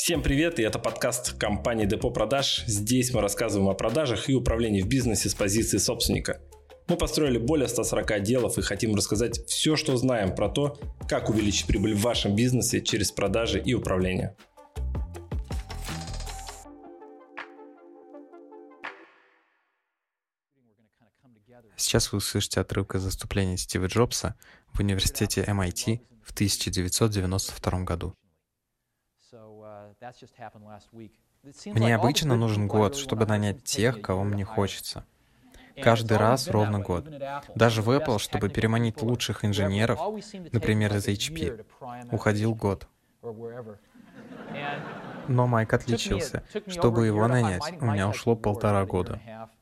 Всем привет, и это подкаст компании Депо Продаж. Здесь мы рассказываем о продажах и управлении в бизнесе с позиции собственника. Мы построили более 140 отделов и хотим рассказать все, что знаем про то, как увеличить прибыль в вашем бизнесе через продажи и управление. Сейчас вы услышите отрывок из выступления Стива Джобса в университете MIT в 1992 году. Мне обычно нужен год, чтобы нанять тех, кого мне хочется. Каждый раз ровно год. Даже в Apple, чтобы переманить лучших инженеров, например, из HP, уходил год. Но Майк отличился. Чтобы его нанять, у меня ушло 1,5 года.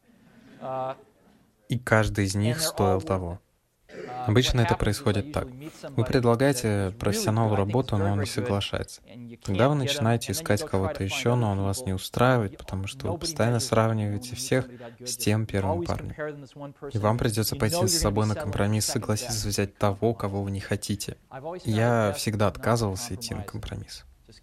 И каждый из них стоил того. Обычно это происходит так. Вы предлагаете профессионалу работу, но он не соглашается. Тогда вы начинаете искать кого-то еще, но он вас не устраивает, потому что вы постоянно сравниваете всех с тем первым парнем. И вам придется пойти с собой на компромисс, согласиться взять того, кого вы не хотите. Я всегда отказывался идти на компромисс.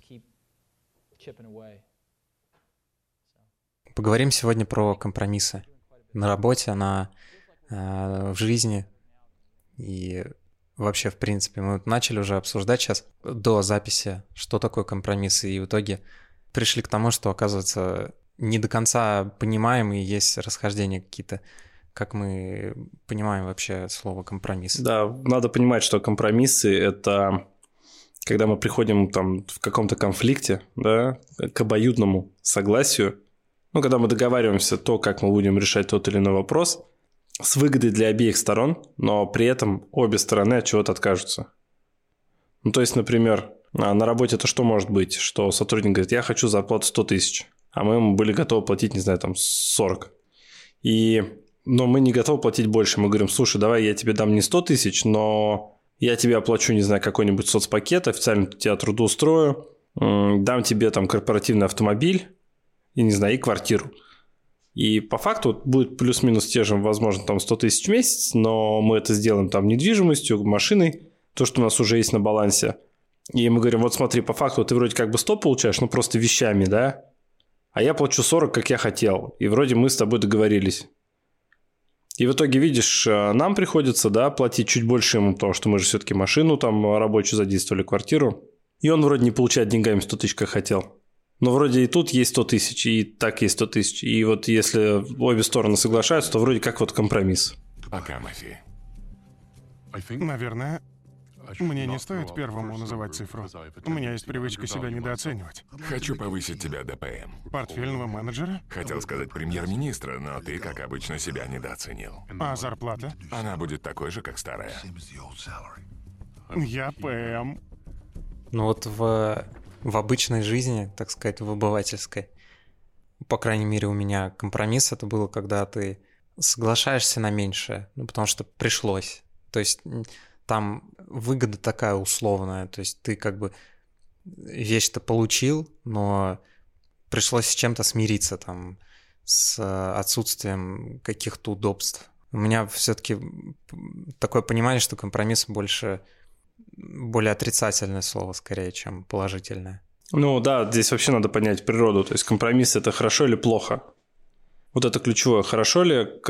Поговорим сегодня про компромиссы. На работе, в жизни. И вообще, в принципе, мы начали уже обсуждать сейчас до записи, что такое компромисс, и в итоге пришли к тому, что, оказывается, не до конца понимаем, и есть расхождения какие-то, как мы понимаем вообще слово «компромисс». Да, надо понимать, что компромиссы – это когда мы приходим там в каком-то конфликте, да, к обоюдному согласию, когда мы договариваемся то, как мы будем решать тот или иной вопрос, с выгодой для обеих сторон, но при этом обе стороны от чего-то откажутся. То есть, например, на работе это что может быть? Что сотрудник говорит, я хочу зарплату 100 тысяч, а мы ему были готовы платить, 40. Но мы не готовы платить больше. Мы говорим, слушай, давай я тебе дам не 100 тысяч, но я тебе оплачу, какой-нибудь соцпакет, официально тебя трудоустрою, дам тебе там корпоративный автомобиль и квартиру. И по факту будет плюс-минус те же, возможно, там 100 тысяч в месяц, но мы это сделаем там недвижимостью, машиной, то, что у нас уже есть на балансе. И мы говорим, вот смотри, по факту ты вроде как бы 100 получаешь, просто вещами, да? А я плачу 40, как я хотел. И вроде мы с тобой договорились. И в итоге, видишь, нам приходится, платить чуть больше ему, потому что мы же все-таки машину там рабочую задействовали, квартиру. И он вроде не получает деньгами 100 тысяч, как хотел. Но вроде и тут есть 100 тысяч, и так есть 100 тысяч. И вот если обе стороны соглашаются, то вроде как компромисс. Пока, Мафи. Наверное, мне не стоит первому называть цифру. У меня есть привычка себя недооценивать. Хочу повысить тебя до ПМ. Портфельного менеджера? Хотел сказать премьер-министра, но ты, как обычно, себя недооценил. А зарплата? Она будет такой же, как старая. Я ПМ. В обычной жизни, так сказать, в обывательской, по крайней мере, у меня компромисс это было, когда ты соглашаешься на меньшее, потому что пришлось. То есть там выгода такая условная, то есть ты как бы вещь-то получил, но пришлось с чем-то смириться, там, с отсутствием каких-то удобств. У меня все-таки такое понимание, что компромисс более отрицательное слово, скорее, чем положительное. Здесь вообще надо понять природу. То есть компромисс – это хорошо или плохо? Вот это ключевое. Хороши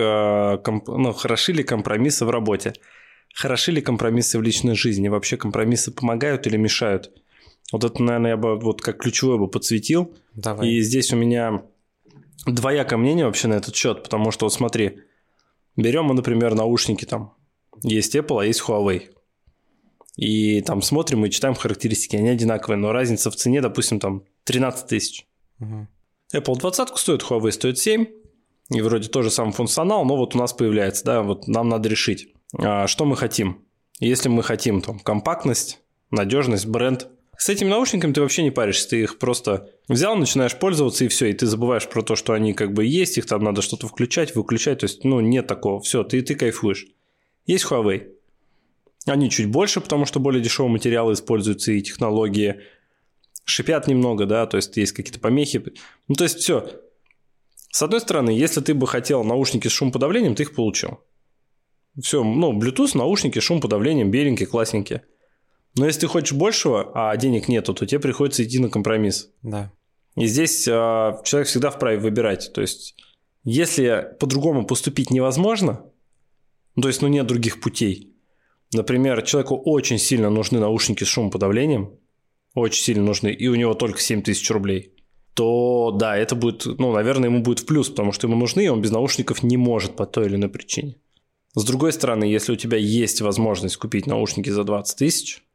ли компромиссы в работе? Хороши ли компромиссы в личной жизни? Вообще компромиссы помогают или мешают? Вот это, наверное, я бы как ключевое бы подсветил. Давай. И здесь у меня двоякое мнение вообще на этот счет, потому что, смотри, берем мы, например, наушники там. Есть Apple, а есть Huawei. И там смотрим и читаем характеристики, они одинаковые, но разница в цене, допустим, там 13 тысяч. Угу. Apple 20 стоит, Huawei стоит 7, и вроде тоже самый функционал, но у нас появляется, нам надо решить, что мы хотим. Если мы хотим компактность, надежность, бренд. С этими наушниками ты вообще не паришься, ты их просто взял, начинаешь пользоваться и все, и ты забываешь про то, что они есть, их там надо что-то включать, выключать, то есть, нет такого, все, ты кайфуешь. Есть Huawei. Они чуть больше, потому что более дешевые материалы используются и технологии. Шипят немного, то есть есть какие-то помехи. То есть все. С одной стороны, если ты бы хотел наушники с шумоподавлением, ты их получил. Все, Bluetooth, наушники с шумоподавлением, беленькие, классненькие. Но если ты хочешь большего, а денег нету, то тебе приходится идти на компромисс. Да. И здесь человек всегда вправе выбирать. То есть, если по-другому поступить невозможно, то есть, нет других путей. Например, человеку очень сильно нужны наушники с шумоподавлением, очень сильно нужны, и у него только 7 тысяч рублей, то да, это будет, наверное, ему будет в плюс, потому что ему нужны, и он без наушников не может по той или иной причине. С другой стороны, если у тебя есть возможность купить наушники за 20 тысяч,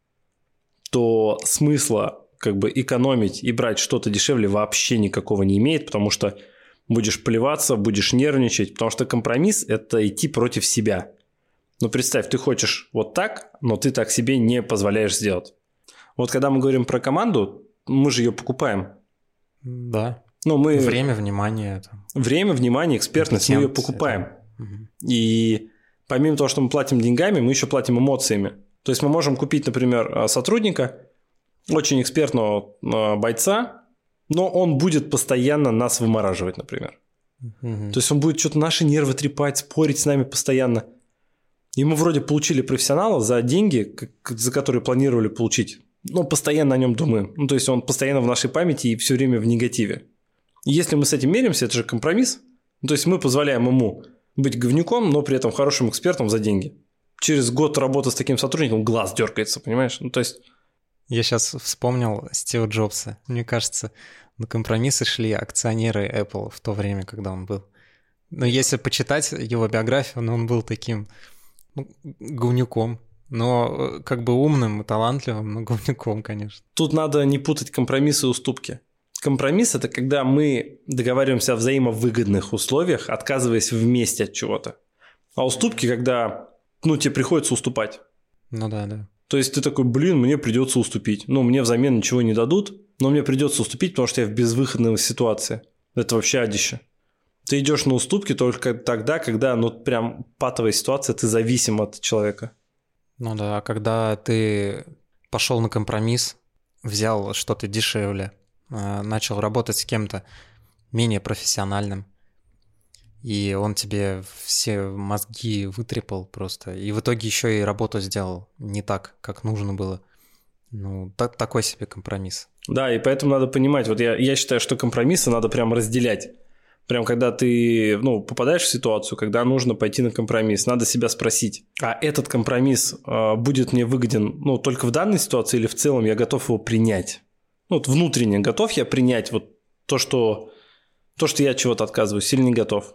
то смысла экономить и брать что-то дешевле вообще никакого не имеет, потому что будешь плеваться, будешь нервничать, потому что компромисс – это идти против себя. Представь, ты хочешь вот так, но ты так себе не позволяешь сделать. Вот когда мы говорим про команду, мы же ее покупаем. Да. Время, внимание. Время, внимание, экспертность, мы ее покупаем. И помимо того, что мы платим деньгами, мы еще платим эмоциями. То есть мы можем купить, например, сотрудника, очень экспертного бойца, но он будет постоянно нас вымораживать, например. То есть он будет что-то наши нервы трепать, спорить с нами постоянно. И мы вроде получили профессионала за деньги, за которые планировали получить, но постоянно о нем думаем. То есть он постоянно в нашей памяти и все время в негативе. И если мы с этим меримся, это же компромисс. То есть мы позволяем ему быть говнюком, но при этом хорошим экспертом за деньги. Через год работы с таким сотрудником глаз дергается, понимаешь? Я сейчас вспомнил Стива Джобса. Мне кажется, на компромиссы шли акционеры Apple в то время, когда он был. Но если почитать его биографию, он был таким говнюком. Но умным, талантливым, но говнюком, конечно. Тут надо не путать компромиссы и уступки. Компромисс – это когда мы договариваемся о взаимовыгодных условиях, отказываясь вместе от чего-то. А уступки, когда тебе приходится уступать. Да. То есть ты такой, мне придется уступить. Мне взамен ничего не дадут, но мне придется уступить, потому что я в безвыходной ситуации. Это вообще адище. Ты идешь на уступки только тогда, когда прям патовая ситуация, ты зависим от человека. А когда ты пошел на компромисс, взял что-то дешевле, начал работать с кем-то менее профессиональным, и он тебе все мозги вытрепал просто, и в итоге еще и работу сделал не так, как нужно было. Такой себе компромисс. Да, и поэтому надо понимать, я считаю, что компромиссы надо прям разделять. Прям когда ты попадаешь в ситуацию, когда нужно пойти на компромисс, надо себя спросить, а этот компромисс будет мне выгоден только в данной ситуации или в целом я готов его принять? Внутренне готов я принять то, что я чего-то отказываюсь, или не готов?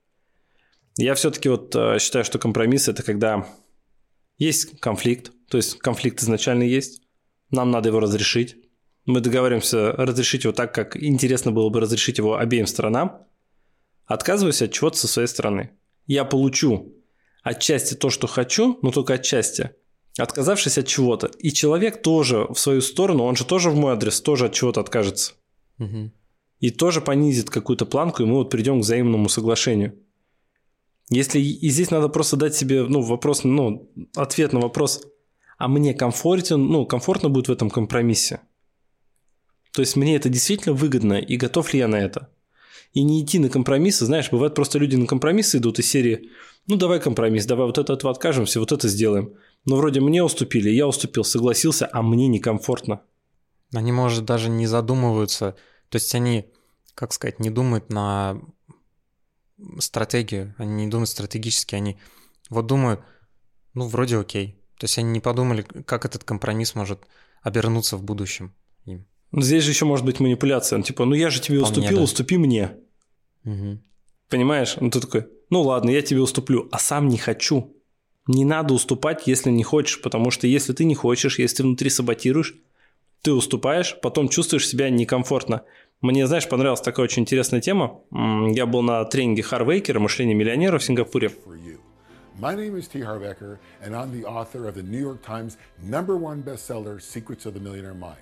Я все-таки считаю, что компромисс – это когда есть конфликт, то есть конфликт изначально есть, нам надо его разрешить. Мы договариваемся разрешить его так, как интересно было бы разрешить его обеим сторонам. Отказываюсь от чего-то со своей стороны. Я получу отчасти то, что хочу, но только отчасти, отказавшись от чего-то. И человек тоже в свою сторону, он же тоже в мой адрес, тоже от чего-то откажется. Угу. И тоже понизит какую-то планку, и мы придем к взаимному соглашению. И здесь надо просто дать себе ответ на вопрос, а мне комфортно будет в этом компромиссе? То есть мне это действительно выгодно, и готов ли я на это? И не идти на компромиссы, знаешь, бывает просто люди на компромиссы идут из серии, давай компромисс, давай от этого откажемся, это сделаем. Но вроде мне уступили, я уступил, согласился, а мне некомфортно. Они, может, даже не задумываются, то есть они, не думают на стратегию, они не думают стратегически, они думают, вроде окей. То есть они не подумали, как этот компромисс может обернуться в будущем им. Здесь же еще может быть манипуляция. Я же тебе уступил, да. Уступи мне. Угу. Понимаешь? Ты такой, ладно, я тебе уступлю, а сам не хочу. Не надо уступать, если не хочешь, потому что если ты не хочешь, если ты внутри саботируешь, ты уступаешь, потом чувствуешь себя некомфортно. Мне, знаешь, понравилась такая очень интересная тема. Я был на тренинге Харвейкера «Мышление миллионера» в Сингапуре. My name is T. Harv Eker, and I'm the author of the New York Times #1 bestseller Secrets of the Millionaire Mind.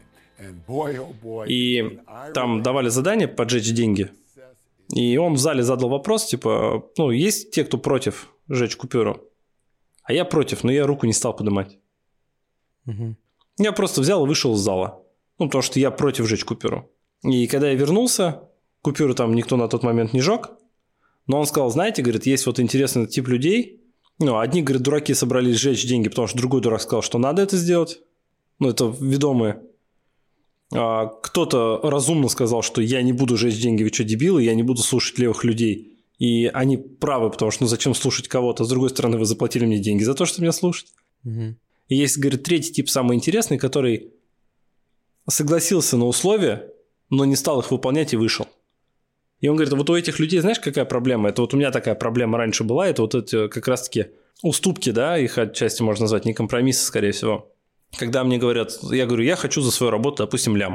И там давали задание поджечь деньги. И он в зале задал вопрос, есть те, кто против сжечь купюру? А я против, но я руку не стал поднимать. Угу. Я просто взял и вышел из зала. Потому что я против сжечь купюру. И когда я вернулся, купюру там никто на тот момент не жег. Но он сказал, знаете, говорит, есть интересный тип людей. Одни, говорит, дураки собрались сжечь деньги, потому что другой дурак сказал, что надо это сделать. Ну, это ведомые. Кто-то разумно сказал, что я не буду жечь деньги, вы что, дебилы, я не буду слушать левых людей. И они правы, потому что ну зачем слушать кого-то? С другой стороны, вы заплатили мне деньги за то, что меня слушать. Угу. И есть, говорит, третий тип, самый интересный, который согласился на условия, но не стал их выполнять и вышел. И он говорит, вот у этих людей, знаешь, какая проблема? Это вот у меня такая проблема раньше была, это вот эти как раз-таки уступки, да, их отчасти можно назвать, не компромиссы, скорее всего. Когда мне говорят, я говорю, я хочу за свою работу, допустим, лям.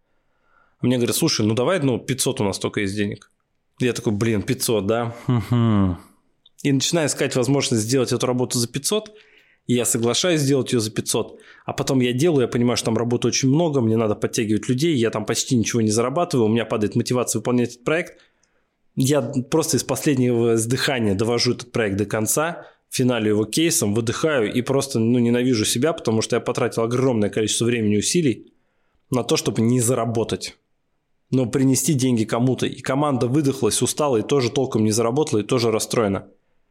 Мне говорят, слушай, ну давай, 500 у нас только есть денег. Я такой, 500, да? Угу. И начинаю искать возможность сделать эту работу за 500, и я соглашаюсь сделать ее за 500, а потом я делаю, я понимаю, что там работы очень много, мне надо подтягивать людей, я там почти ничего не зарабатываю, у меня падает мотивация выполнять этот проект. Я просто из последнего издыхания довожу этот проект до конца, финалю его кейсом, выдыхаю и просто ненавижу себя, потому что я потратил огромное количество времени и усилий на то, чтобы не заработать, но принести деньги кому-то. И команда выдохлась, устала и тоже толком не заработала, и тоже расстроена.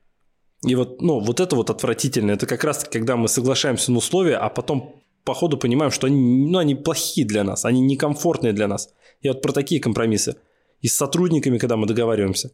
И вот это вот отвратительно. Это как раз когда мы соглашаемся на условия, а потом по ходу понимаем, что они плохие для нас, они некомфортные для нас. И вот про такие компромиссы. И с сотрудниками, когда мы договариваемся.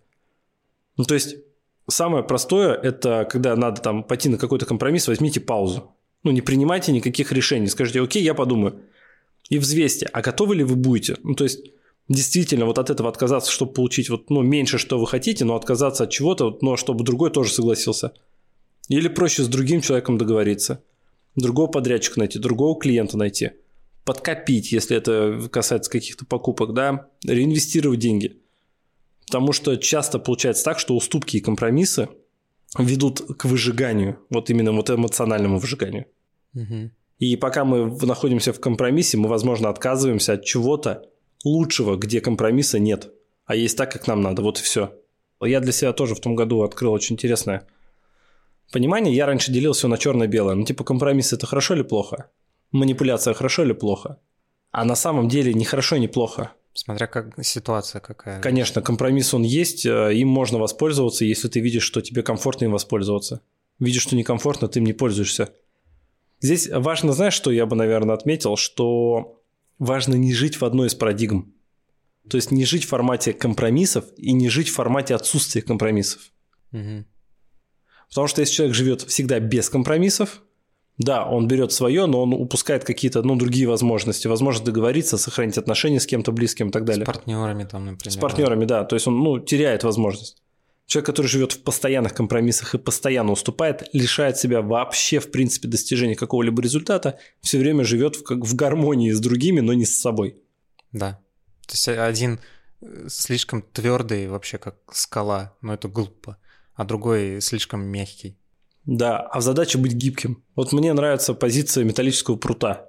То есть самое простое, это когда надо там пойти на какой-то компромисс, возьмите паузу. Не принимайте никаких решений. Скажите, окей, я подумаю. И взвесьте, а готовы ли вы будете? То есть действительно вот от этого отказаться, чтобы получить меньше, что вы хотите, но отказаться от чего-то, но чтобы другой тоже согласился. Или проще с другим человеком договориться. Другого подрядчика найти, другого клиента найти. Подкопить, если это касается каких-то покупок, да, реинвестировать деньги. Потому что часто получается так, что уступки и компромиссы ведут к выжиганию, вот именно эмоциональному выжиганию. Угу. И пока мы находимся в компромиссе, мы, возможно, отказываемся от чего-то лучшего, где компромисса нет, а есть так, как нам надо, вот и все. Я для себя тоже в том году открыл очень интересное понимание. Я раньше делил все на черно-белое. Компромисс – это хорошо или плохо? Манипуляция – хорошо или плохо? А на самом деле ни хорошо, ни плохо. Смотря как ситуация какая. Конечно, компромисс он есть, им можно воспользоваться, если ты видишь, что тебе комфортно им воспользоваться. Видишь, что некомфортно, ты им не пользуешься. Здесь важно, знаешь, что я бы, наверное, отметил, что важно не жить в одной из парадигм. То есть не жить в формате компромиссов и не жить в формате отсутствия компромиссов. Угу. Потому что если человек живет всегда без компромиссов, да, он берет свое, но он упускает какие-то другие возможности. Возможность договориться, сохранить отношения с кем-то близким и так далее. С партнерами там, например. С партнерами, да. То есть он теряет возможность. Человек, который живет в постоянных компромиссах и постоянно уступает, лишает себя вообще, в принципе, достижения какого-либо результата, все время живет в гармонии с другими, но не с собой. Да. То есть один слишком твердый, вообще как скала, но это глупо, а другой слишком мягкий. Да, а задача быть гибким. Вот мне нравится позиция металлического прута.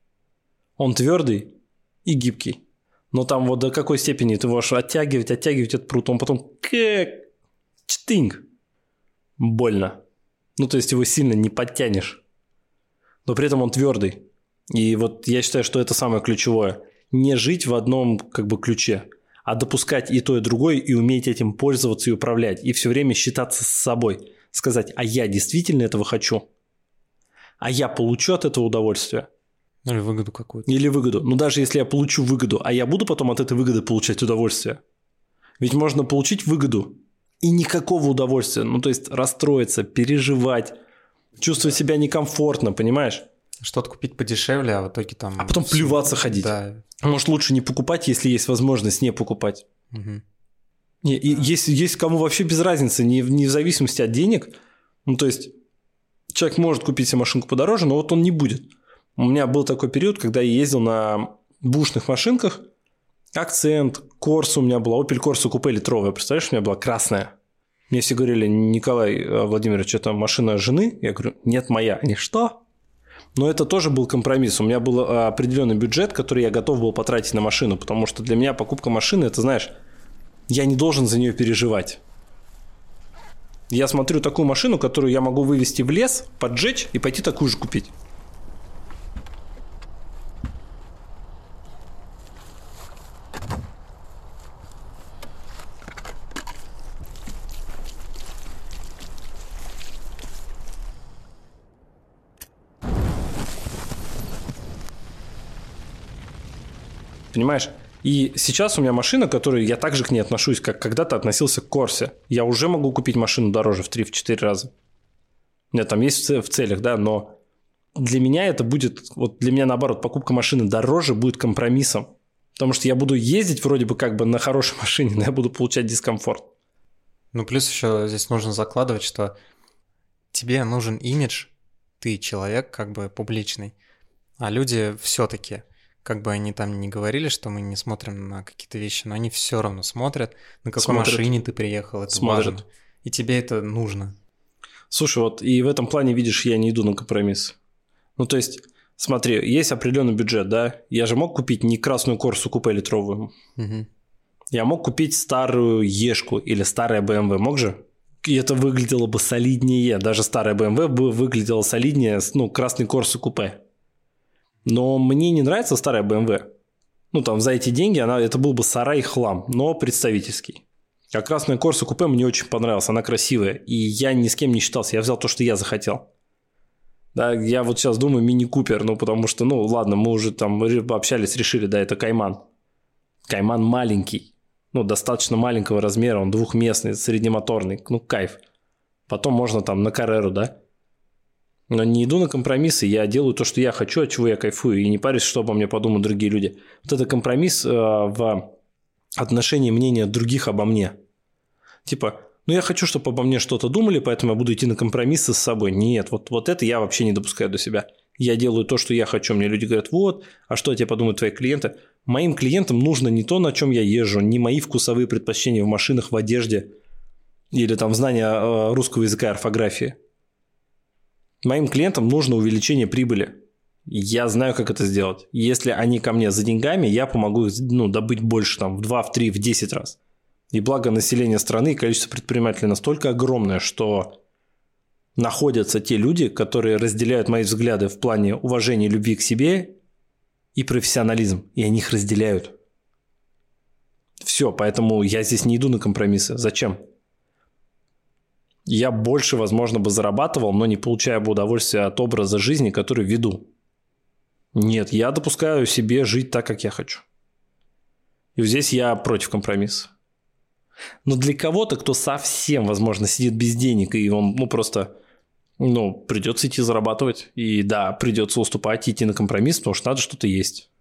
Он твердый и гибкий. Но там вот до какой степени ты можешь оттягивать этот прут, он потом чтинг. Больно. То есть его сильно не подтянешь. Но при этом он твердый. И вот я считаю, что это самое ключевое. Не жить в одном ключе, а допускать и то, и другое, и уметь этим пользоваться и управлять. И все время считаться с собой. Сказать, а я действительно этого хочу? А я получу от этого удовольствие? Или выгоду какую-то. Или выгоду. Даже если я получу выгоду, а я буду потом от этой выгоды получать удовольствие? Ведь можно получить выгоду и никакого удовольствия. То есть расстроиться, переживать, чувствовать себя некомфортно, понимаешь? Что-то купить подешевле, а в итоге там... А потом плеваться ходить. Да. Может, лучше не покупать, если есть возможность не покупать. Угу. И есть кому вообще без разницы, не в зависимости от денег. То есть человек может купить себе машинку подороже, но вот он не будет. У меня был такой период, когда я ездил на бушных машинках. Акцент, Корса у меня была, Opel Corsa купе литровая, представляешь, у меня была красная. Мне все говорили, Николай Владимирович, это машина жены? Я говорю, нет, моя. Они, что? Но это тоже был компромисс. У меня был определенный бюджет, который я готов был потратить на машину, потому что для меня покупка машины, это, знаешь, я не должен за нее переживать. Я смотрю такую машину, которую я могу вывести в лес, поджечь и пойти такую же купить. Понимаешь? И сейчас у меня машина, которую я также к ней отношусь, как когда-то относился к Корсе. Я уже могу купить машину дороже в 3-4 раза. У меня там есть в целях, да, но для меня это будет, вот для меня наоборот, покупка машины дороже будет компромиссом. Потому что я буду ездить вроде бы как бы на хорошей машине, но я буду получать дискомфорт. Ну, плюс еще здесь нужно закладывать, что тебе нужен имидж, ты человек как бы публичный, а люди все-таки, как бы они там ни говорили, что мы не смотрим на какие-то вещи, но они все равно смотрят, на какой машине ты приехал, это важно. И тебе это нужно. Слушай, вот и в этом плане, видишь, я не иду на компромисс. Ну, то есть, смотри, есть определенный бюджет, да? Я же мог купить не красную Корсу купе литровую. Угу. Я мог купить старую Ешку или старое BMW, мог же? И это выглядело бы солиднее. Даже старая BMW бы выглядела солиднее, ну, красной Корсы купе. Но мне не нравится старая BMW. Ну, там, за эти деньги это был бы сарай и хлам, но представительский. А красная Корса купе мне очень понравилась, она красивая. И я ни с кем не считался, я взял то, что я захотел. Да, я вот сейчас думаю мини-купер, ну, потому что, ну, ладно, мы уже там общались, решили, да, это Кайман. Кайман маленький, ну, достаточно маленького размера, он двухместный, среднемоторный, ну, кайф. Потом можно там на Карреру, да. Но не иду на компромиссы, я делаю то, что я хочу, от чего я кайфую, и не парюсь, что обо мне подумают другие люди. Вот это компромисс в отношении мнения других обо мне. Типа, ну я хочу, чтобы обо мне что-то думали, поэтому я буду идти на компромиссы с собой. Нет, вот это я вообще не допускаю до себя. Я делаю то, что я хочу. Мне люди говорят, вот, а что о тебе подумают твои клиенты? Моим клиентам нужно не то, на чем я езжу, не мои вкусовые предпочтения в машинах, в одежде или там в знании русского языка и орфографии. Моим клиентам нужно увеличение прибыли. Я знаю, как это сделать. Если они ко мне за деньгами, я помогу добыть больше, там, в 2, в 3, в 10 раз. И благо население страны и количество предпринимателей настолько огромное, что находятся те люди, которые разделяют мои взгляды в плане уважения и любви к себе и профессионализм. И они их разделяют. Все, поэтому я здесь не иду на компромиссы. Зачем? Я больше, возможно, бы зарабатывал, но не получая бы удовольствия от образа жизни, который веду. Нет, я допускаю себе жить так, как я хочу. И здесь я против компромисса. Но для кого-то, кто совсем, возможно, сидит без денег, и он, просто, придется идти зарабатывать. И да, придется уступать, идти на компромисс, потому что надо что-то есть.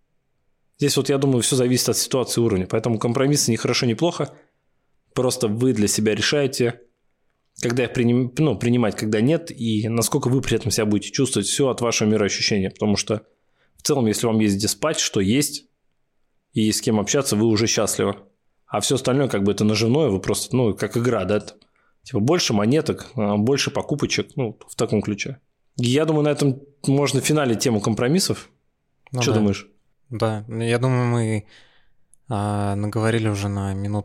Здесь вот, я думаю, все зависит от ситуации и уровня. Поэтому компромиссы ни хорошо, ни плохо. Просто вы для себя решаете, когда их принимать, когда нет, и насколько вы при этом себя будете чувствовать, все от вашего мироощущения. Потому что в целом, если вам есть где спать, что есть, и есть с кем общаться, вы уже счастливы. А все остальное, как бы это наживное, вы просто, как игра, да? Типа больше монеток, больше покупочек, в таком ключе. И я думаю, на этом можно финалить тему компромиссов. Что думаешь? Да, я думаю, мы наговорили уже на минут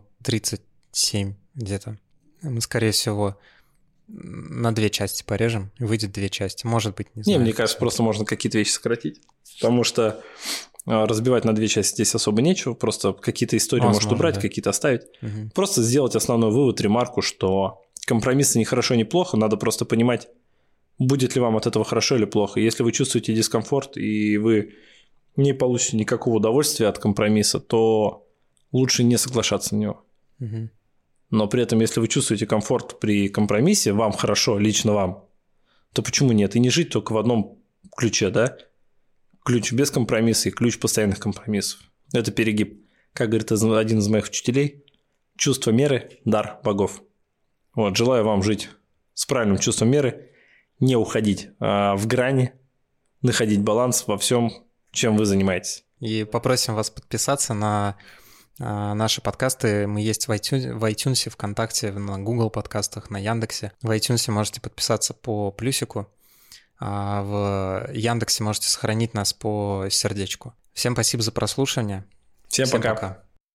37 где-то. Мы, скорее всего, на 2 части порежем, и выйдет 2 части. Может быть, не знаю. Мне кажется, просто можно какие-то вещи сократить. Потому что разбивать на 2 части здесь особо нечего. Просто какие-то истории может убрать, да. Какие-то оставить. Угу. Просто сделать основной вывод, ремарку, что компромиссы ни хорошо, ни плохо. Надо просто понимать, будет ли вам от этого хорошо или плохо. Если вы чувствуете дискомфорт, и вы не получите никакого удовольствия от компромисса, то лучше не соглашаться на него. Угу. Но при этом, если вы чувствуете комфорт при компромиссе, вам хорошо, лично вам, то почему нет? И не жить только в одном ключе, да? Ключ без компромисса и ключ постоянных компромиссов. Это перегиб. Как говорит один из моих учителей, чувство меры – дар богов. Вот, желаю вам жить с правильным чувством меры, не уходить в грани, находить баланс во всем, чем вы занимаетесь. И попросим вас подписаться на наши подкасты. Мы есть в iTunes, ВКонтакте, на Google подкастах, на Яндексе. В iTunes можете подписаться по плюсику, а в Яндексе можете сохранить нас по сердечку. Всем спасибо за прослушивание. Всем пока.